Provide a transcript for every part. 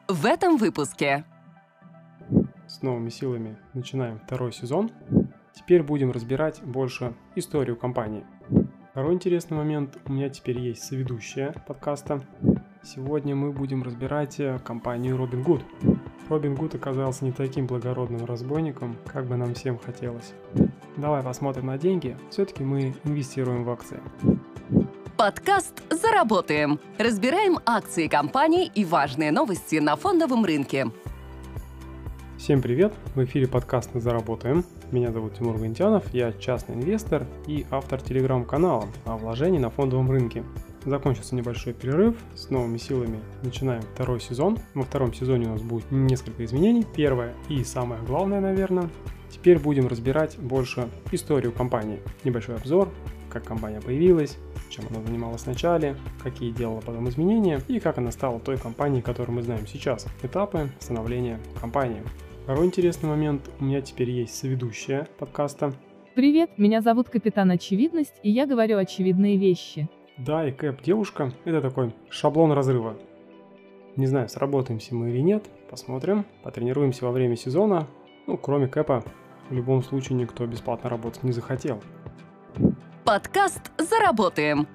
В этом выпуске. С новыми силами начинаем второй сезон. Теперь будем разбирать больше историю компании. Второй интересный момент. У меня теперь есть соведущая подкаста. Сегодня мы будем разбирать компанию Robinhood. Robinhood оказался не таким благородным разбойником, как бы нам всем хотелось. Давай посмотрим на деньги. Все-таки мы инвестируем в акции. Подкаст «Заработаем». Разбираем акции компаний и важные новости на фондовом рынке. Всем привет! В эфире подкаст «Заработаем». Меня зовут Тимур Гантянов, я частный инвестор и автор телеграм-канала о вложении на фондовом рынке. Закончился небольшой перерыв, с новыми силами начинаем второй сезон. Во втором сезоне у нас будет несколько изменений. Первое и самое главное, наверное, теперь будем разбирать больше историю компании. Небольшой обзор, как компания появилась, чем она занималась вначале, какие делала потом изменения и как она стала той компанией, которую мы знаем сейчас. Этапы становления компании. Второй интересный момент. У меня теперь есть соведущая подкаста. Привет, меня зовут Капитан Очевидность, и я говорю очевидные вещи. Да, и Кэп девушка – это такой шаблон разрыва. Не знаю, сработаемся мы или нет, посмотрим, потренируемся во время сезона. Кроме Кэпа, в любом случае никто бесплатно работать не захотел. Подкаст «Заработаем».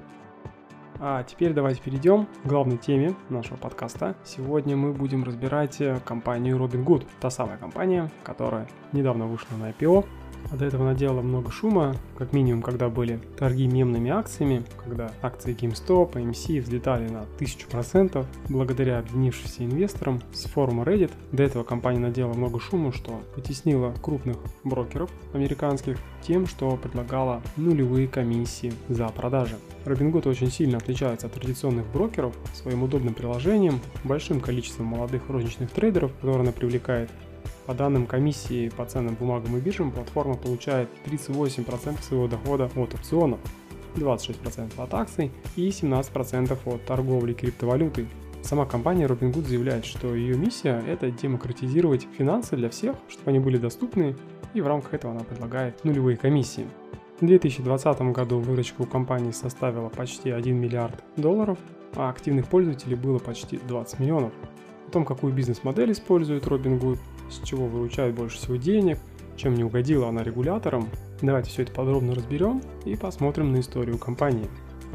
А теперь давайте перейдем к главной теме нашего подкаста. Сегодня мы будем разбирать компанию Robinhood. Та самая компания, которая недавно вышла на IPO. А до этого наделала много шума, как минимум, когда были торги мемными акциями, когда акции GameStop, AMC взлетали на 1000%, благодаря объединившимся инвесторам с форума Reddit. До этого компания наделала много шума, что потеснила крупных брокеров американских тем, что предлагала нулевые комиссии за продажи. Robinhood очень сильно отличается от традиционных брокеров своим удобным приложением, большим количеством молодых розничных трейдеров, которые она привлекает. По данным комиссии по ценным бумагам и биржам, платформа получает 38% своего дохода от опционов, 26% от акций и 17% от торговли криптовалютой. Сама компания Robinhood заявляет, что ее миссия – это демократизировать финансы для всех, чтобы они были доступны, и в рамках этого она предлагает нулевые комиссии. В 2020 году выручка у компании составила почти $1 миллиард, а активных пользователей было почти 20 миллионов. О том, какую бизнес-модель использует Robinhood, с чего выручает больше всего денег, чем не угодила она регуляторам. Давайте все это подробно разберем и посмотрим на историю компании.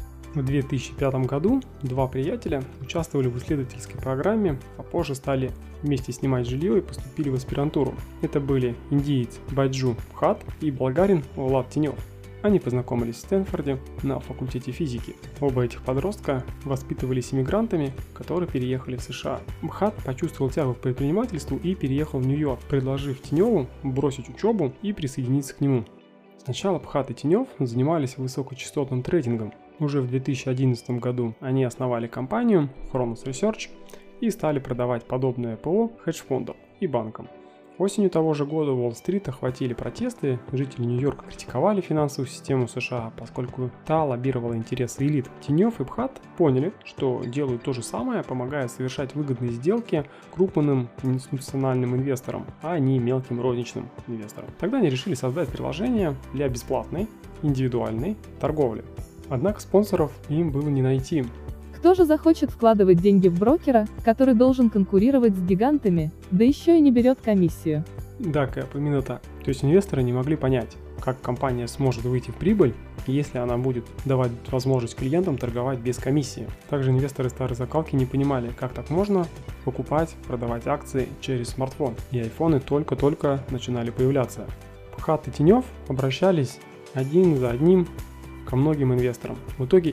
В 2005 году два приятеля участвовали в исследовательской программе, а позже стали вместе снимать жилье и поступили в аспирантуру. Это были индиец Байджу Бхат и болгарин Влад Тенев. Они познакомились в Стэнфорде на факультете физики. Оба этих подростка воспитывались иммигрантами, которые переехали в США. Бхат почувствовал тягу к предпринимательству и переехал в Нью-Йорк, предложив Теневу бросить учебу и присоединиться к нему. Сначала Бхат и Тенев занимались высокочастотным трейдингом. Уже в 2011 году они основали компанию Chronos Research и стали продавать подобное ПО хедж-фондам и банкам. Осенью того же года Уолл-стрит охватили протесты, жители Нью-Йорка критиковали финансовую систему США, поскольку та лоббировала интересы элит. Тенев и Бхат поняли, что делают то же самое, помогая совершать выгодные сделки крупным институциональным инвесторам, а не мелким розничным инвесторам. Тогда они решили создать приложение для бесплатной, индивидуальной торговли. Однако спонсоров им было не найти. Кто же захочет вкладывать деньги в брокера, который должен конкурировать с гигантами, да еще и не берет комиссию? Да, Кэп, именно так. То есть инвесторы не могли понять, как компания сможет выйти в прибыль, если она будет давать возможность клиентам торговать без комиссии. Также инвесторы старой закалки не понимали, как так можно покупать, продавать акции через смартфон. И айфоны только-только начинали появляться. Бхат и Тенев обращались один за одним ко многим инвесторам. В итоге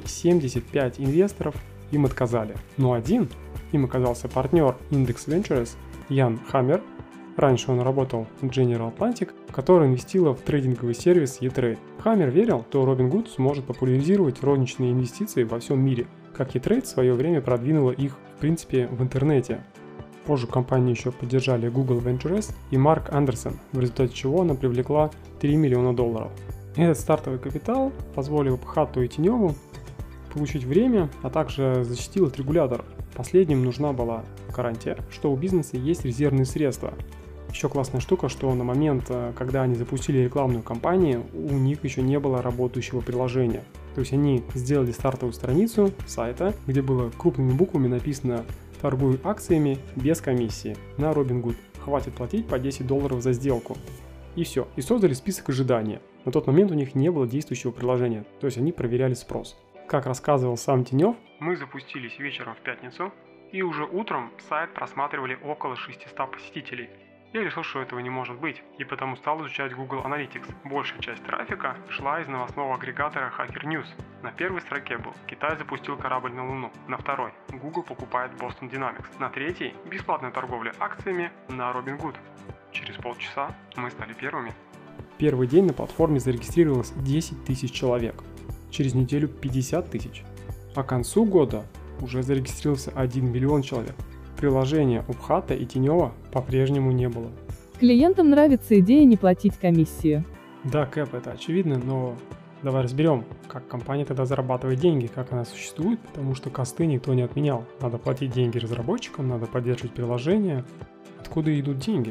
75 инвесторов им отказали. Но один, им оказался партнер Index Ventures Ян Хаммер. Раньше он работал в General Atlantic, который инвестировал в трейдинговый сервис E-Trade. Хаммер верил, что Robinhood сможет популяризировать розничные инвестиции во всем мире, как E-Trade в свое время продвинула их, в принципе, в интернете. Позже компанию еще поддержали Google Ventures и Марк Андерсон, в результате чего она привлекла $3 миллиона. Этот стартовый капитал позволил Бхату и Теневу получить время, а также защитил от регуляторов. Последним нужна была гарантия, что у бизнеса есть резервные средства. Еще классная штука, что на момент, когда они запустили рекламную кампанию, у них еще не было работающего приложения. То есть они сделали стартовую страницу сайта, где было крупными буквами написано Торгую акциями без комиссии на Robinhood. Хватит платить по $10 за сделку. И все. И создали список ожидания. На тот момент у них не было действующего приложения, то есть они проверяли спрос. Как рассказывал сам Тенев, мы запустились вечером в пятницу, и уже утром сайт просматривали около 600 посетителей. Я решил, что этого не может быть, и потому стал изучать Google Analytics. Большая часть трафика шла из новостного агрегатора Hacker News. На первой строке был «Китай запустил корабль на Луну», на второй «Google покупает Boston Dynamics», на третьей «Бесплатная торговля акциями на Robinhood». Через полчаса мы стали первыми. Первый день на платформе зарегистрировалось 10 тысяч человек, через неделю 50 тысяч, а к концу года уже зарегистрировался 1 миллион человек. Приложения у Пхата и Тенева по-прежнему не было. Клиентам нравится идея не платить комиссию. Да, Кэп, это очевидно, но давай разберем, как компания тогда зарабатывает деньги, как она существует, потому что косты никто не отменял. Надо платить деньги разработчикам, надо поддерживать приложения. Откуда идут деньги?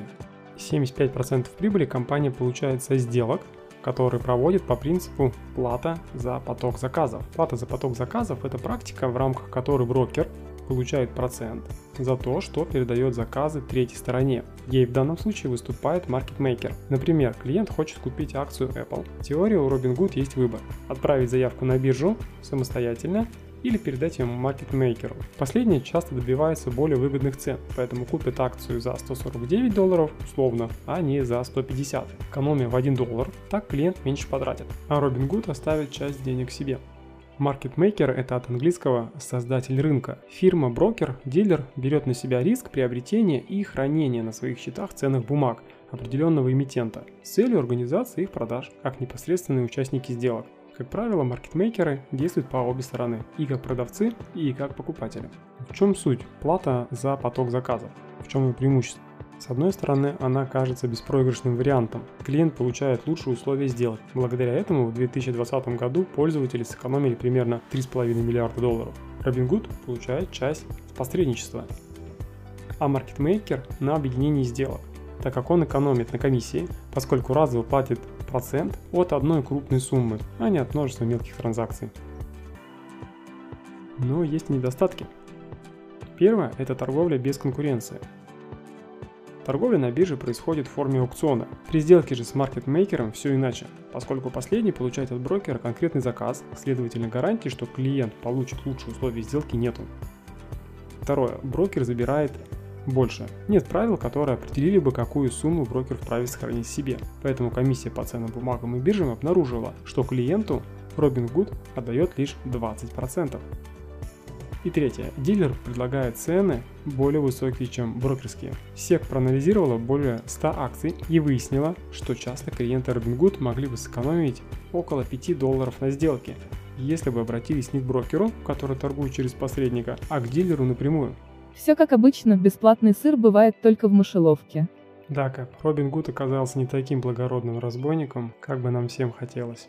75% прибыли компания получает со сделок, которые проводит по принципу плата за поток заказов. Плата за поток заказов – это практика, в рамках которой брокер получает процент за то, что передает заказы третьей стороне. Ей в данном случае выступает маркетмейкер. Например, клиент хочет купить акцию Apple. В теории у Robinhood есть выбор – отправить заявку на биржу самостоятельно или передать ее маркетмейкеру. Последний часто добивается более выгодных цен, поэтому купит акцию за $149 условно, а не за 150. Экономия в $1, так клиент меньше потратит, а Robinhood оставит часть денег себе. Маркетмейкер – это от английского «создатель рынка». Фирма-брокер, дилер берет на себя риск приобретения и хранения на своих счетах ценных бумаг определенного эмитента с целью организации их продаж, как непосредственные участники сделок. Как правило, маркетмейкеры действуют по обе стороны, и как продавцы, и как покупатели. В чем суть? Плата за поток заказов. В чем ее преимущество? С одной стороны, она кажется беспроигрышным вариантом. Клиент получает лучшие условия сделок. Благодаря этому в 2020 году пользователи сэкономили примерно $3,5 миллиарда. Robinhood получает часть с посредничества, а маркетмейкер на объединении сделок, так как он экономит на комиссии, поскольку разово платит процент от одной крупной суммы, а не от множества мелких транзакций. Но есть и недостатки. Первое – это торговля без конкуренции. Торговля на бирже происходит в форме аукциона. При сделке же с маркетмейкером все иначе, поскольку последний получает от брокера конкретный заказ, следовательно гарантии, что клиент получит лучшие условия сделки, нету. Второе. Брокер забирает больше. Нет правил, которые определили бы, какую сумму брокер вправе сохранить себе. Поэтому комиссия по ценным бумагам и биржам обнаружила, что клиенту Robinhood отдает лишь 20%. И третье. Дилер предлагает цены более высокие, чем брокерские. SEC проанализировала более 100 акций и выяснила, что часто клиенты Robinhood могли бы сэкономить около $5 на сделке, если бы обратились не к брокеру, который торгует через посредника, а к дилеру напрямую. Все как обычно, бесплатный сыр бывает только в мышеловке. Да, Кэп, Robinhood оказался не таким благородным разбойником, как бы нам всем хотелось.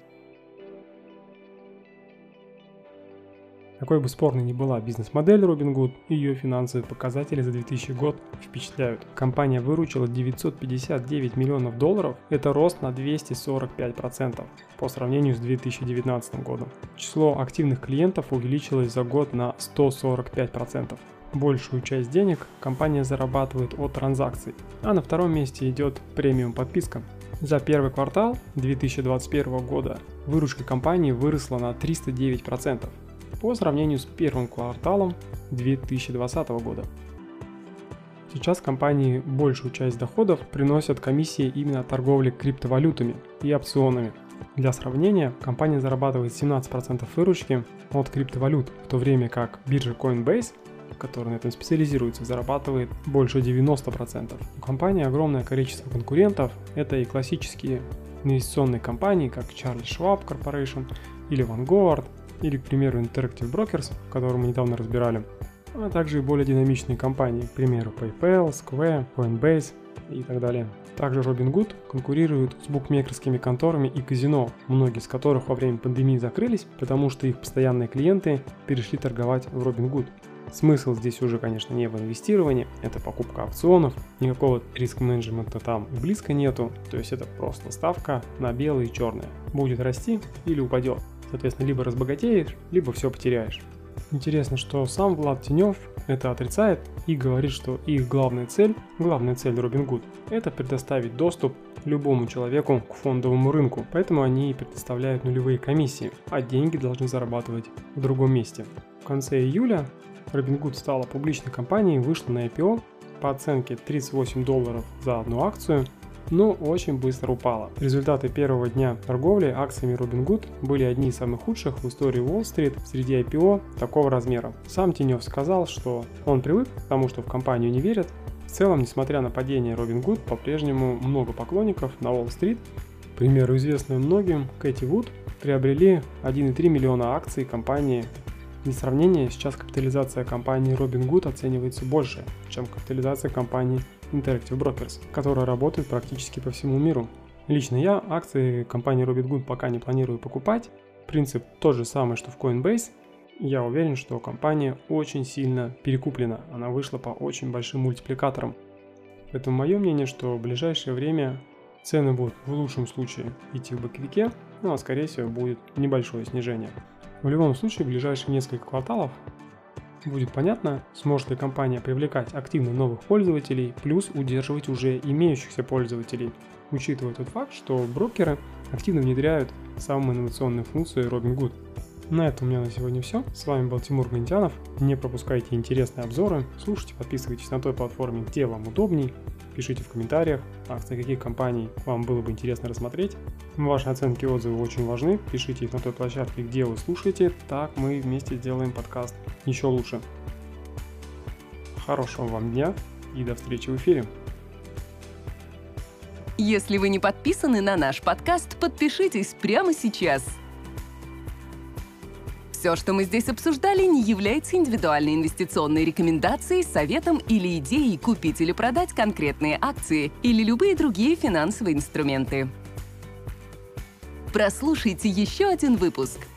Какой бы спорной ни была бизнес-модель Robinhood, ее финансовые показатели за 2000 год впечатляют. Компания выручила $959 миллионов, это рост на 245% по сравнению с 2019 годом. Число активных клиентов увеличилось за год на 145%. Большую часть денег компания зарабатывает от транзакций, а на втором месте идет премиум подписка. За первый квартал 2021 года выручка компании выросла на 309%. По сравнению с первым кварталом 2020 года. Сейчас компании большую часть доходов приносят комиссии именно от торговли криптовалютами и опционами. Для сравнения, компания зарабатывает 17% выручки от криптовалют, в то время как биржа Coinbase, которая на этом специализируется, зарабатывает больше 90%. У компании огромное количество конкурентов, это и классические инвестиционные компании, как Charlie Schwab Corporation или Vanguard, или, к примеру, Interactive Brokers, которую мы недавно разбирали, а также и более динамичные компании, к примеру, PayPal, Square, Coinbase и так далее. Также Robinhood конкурирует с букмекерскими конторами и казино, многие из которых во время пандемии закрылись, потому что их постоянные клиенты перешли торговать в Robinhood. Смысл здесь уже, конечно, не в инвестировании, это покупка опционов, никакого риск-менеджмента там близко нету, то есть это просто ставка на белое и черное. Будет расти или упадет. Соответственно, либо разбогатеешь, либо все потеряешь. Интересно, что сам Влад Тенев это отрицает и говорит, что их главная цель Robinhood – это предоставить доступ любому человеку к фондовому рынку, поэтому они предоставляют нулевые комиссии, а деньги должны зарабатывать в другом месте. В конце июля Robinhood стала публичной компанией, вышла на IPO по оценке $38 за одну акцию, но очень быстро упала. Результаты первого дня торговли акциями Robinhood были одни из самых худших в истории Уолл-стрит среди IPO такого размера. Сам Тенев сказал, что он привык к тому, что в компанию не верят. В целом, несмотря на падение Robinhood, по-прежнему много поклонников на Уолл-стрит. К примеру, известная многим Кэти Вуд приобрели 1,3 миллиона акций компании. Для сравнения, сейчас капитализация компании Robinhood оценивается больше, чем капитализация компании Interactive Brokers, которая работает практически по всему миру. Лично я акции компании Robinhood пока не планирую покупать. Принцип тот же самый, что в Coinbase. Я уверен, что компания очень сильно перекуплена. Она вышла по очень большим мультипликаторам. Поэтому мое мнение, что в ближайшее время цены будут в лучшем случае идти в боковике, ну а скорее всего будет небольшое снижение. В любом случае, в ближайшие несколько кварталов будет понятно, сможет ли компания привлекать активно новых пользователей, плюс удерживать уже имеющихся пользователей, учитывая тот факт, что брокеры активно внедряют самые инновационные функции Robinhood. На этом у меня на сегодня все. С вами был Тимур Гантянов. Не пропускайте интересные обзоры, слушайте, подписывайтесь на той платформе, где вам удобней. Пишите в комментариях, акции каких компаний вам было бы интересно рассмотреть. Ваши оценки и отзывы очень важны. Пишите их на той площадке, где вы слушаете. Так мы вместе сделаем подкаст еще лучше. Хорошего вам дня и до встречи в эфире. Если вы не подписаны на наш подкаст, подпишитесь прямо сейчас. Все, что мы здесь обсуждали, не является индивидуальной инвестиционной рекомендацией, советом или идеей купить или продать конкретные акции или любые другие финансовые инструменты. Прослушайте еще один выпуск.